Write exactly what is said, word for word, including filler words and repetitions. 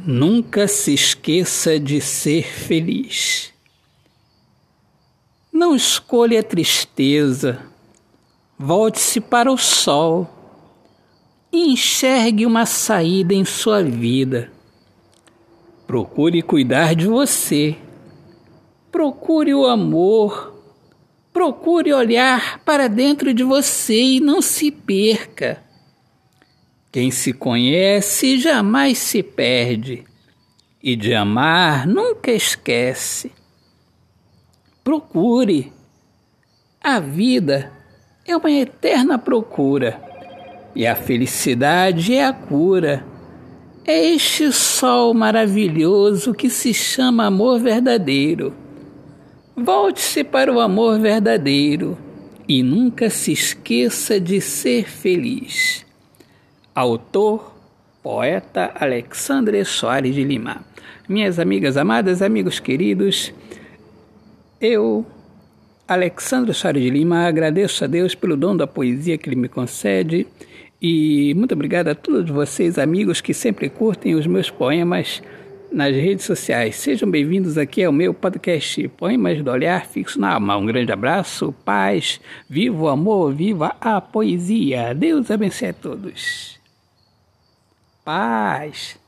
Nunca se esqueça de ser feliz. Não escolha a tristeza. Volte-se para o sol e enxergue uma saída em sua vida. Procure cuidar de você. Procure o amor. Procure olhar para dentro de você e não se perca. Quem se conhece jamais se perde, e de amar nunca esquece. Procure. A vida é uma eterna procura, e a felicidade é a cura. É este sol maravilhoso que se chama amor verdadeiro. Volte-se para o amor verdadeiro e nunca se esqueça de ser feliz. Autor, poeta Alexandre Soares de Lima. Minhas amigas amadas, amigos queridos, eu, Alexandre Soares de Lima, agradeço a Deus pelo dom da poesia que Ele me concede e muito obrigado a todos vocês, amigos, que sempre curtem os meus poemas nas redes sociais. Sejam bem-vindos aqui ao meu podcast Poemas do Olhar Fixo na Alma. Um grande abraço, paz, viva o amor, viva a poesia. Deus abençoe a todos. Paz.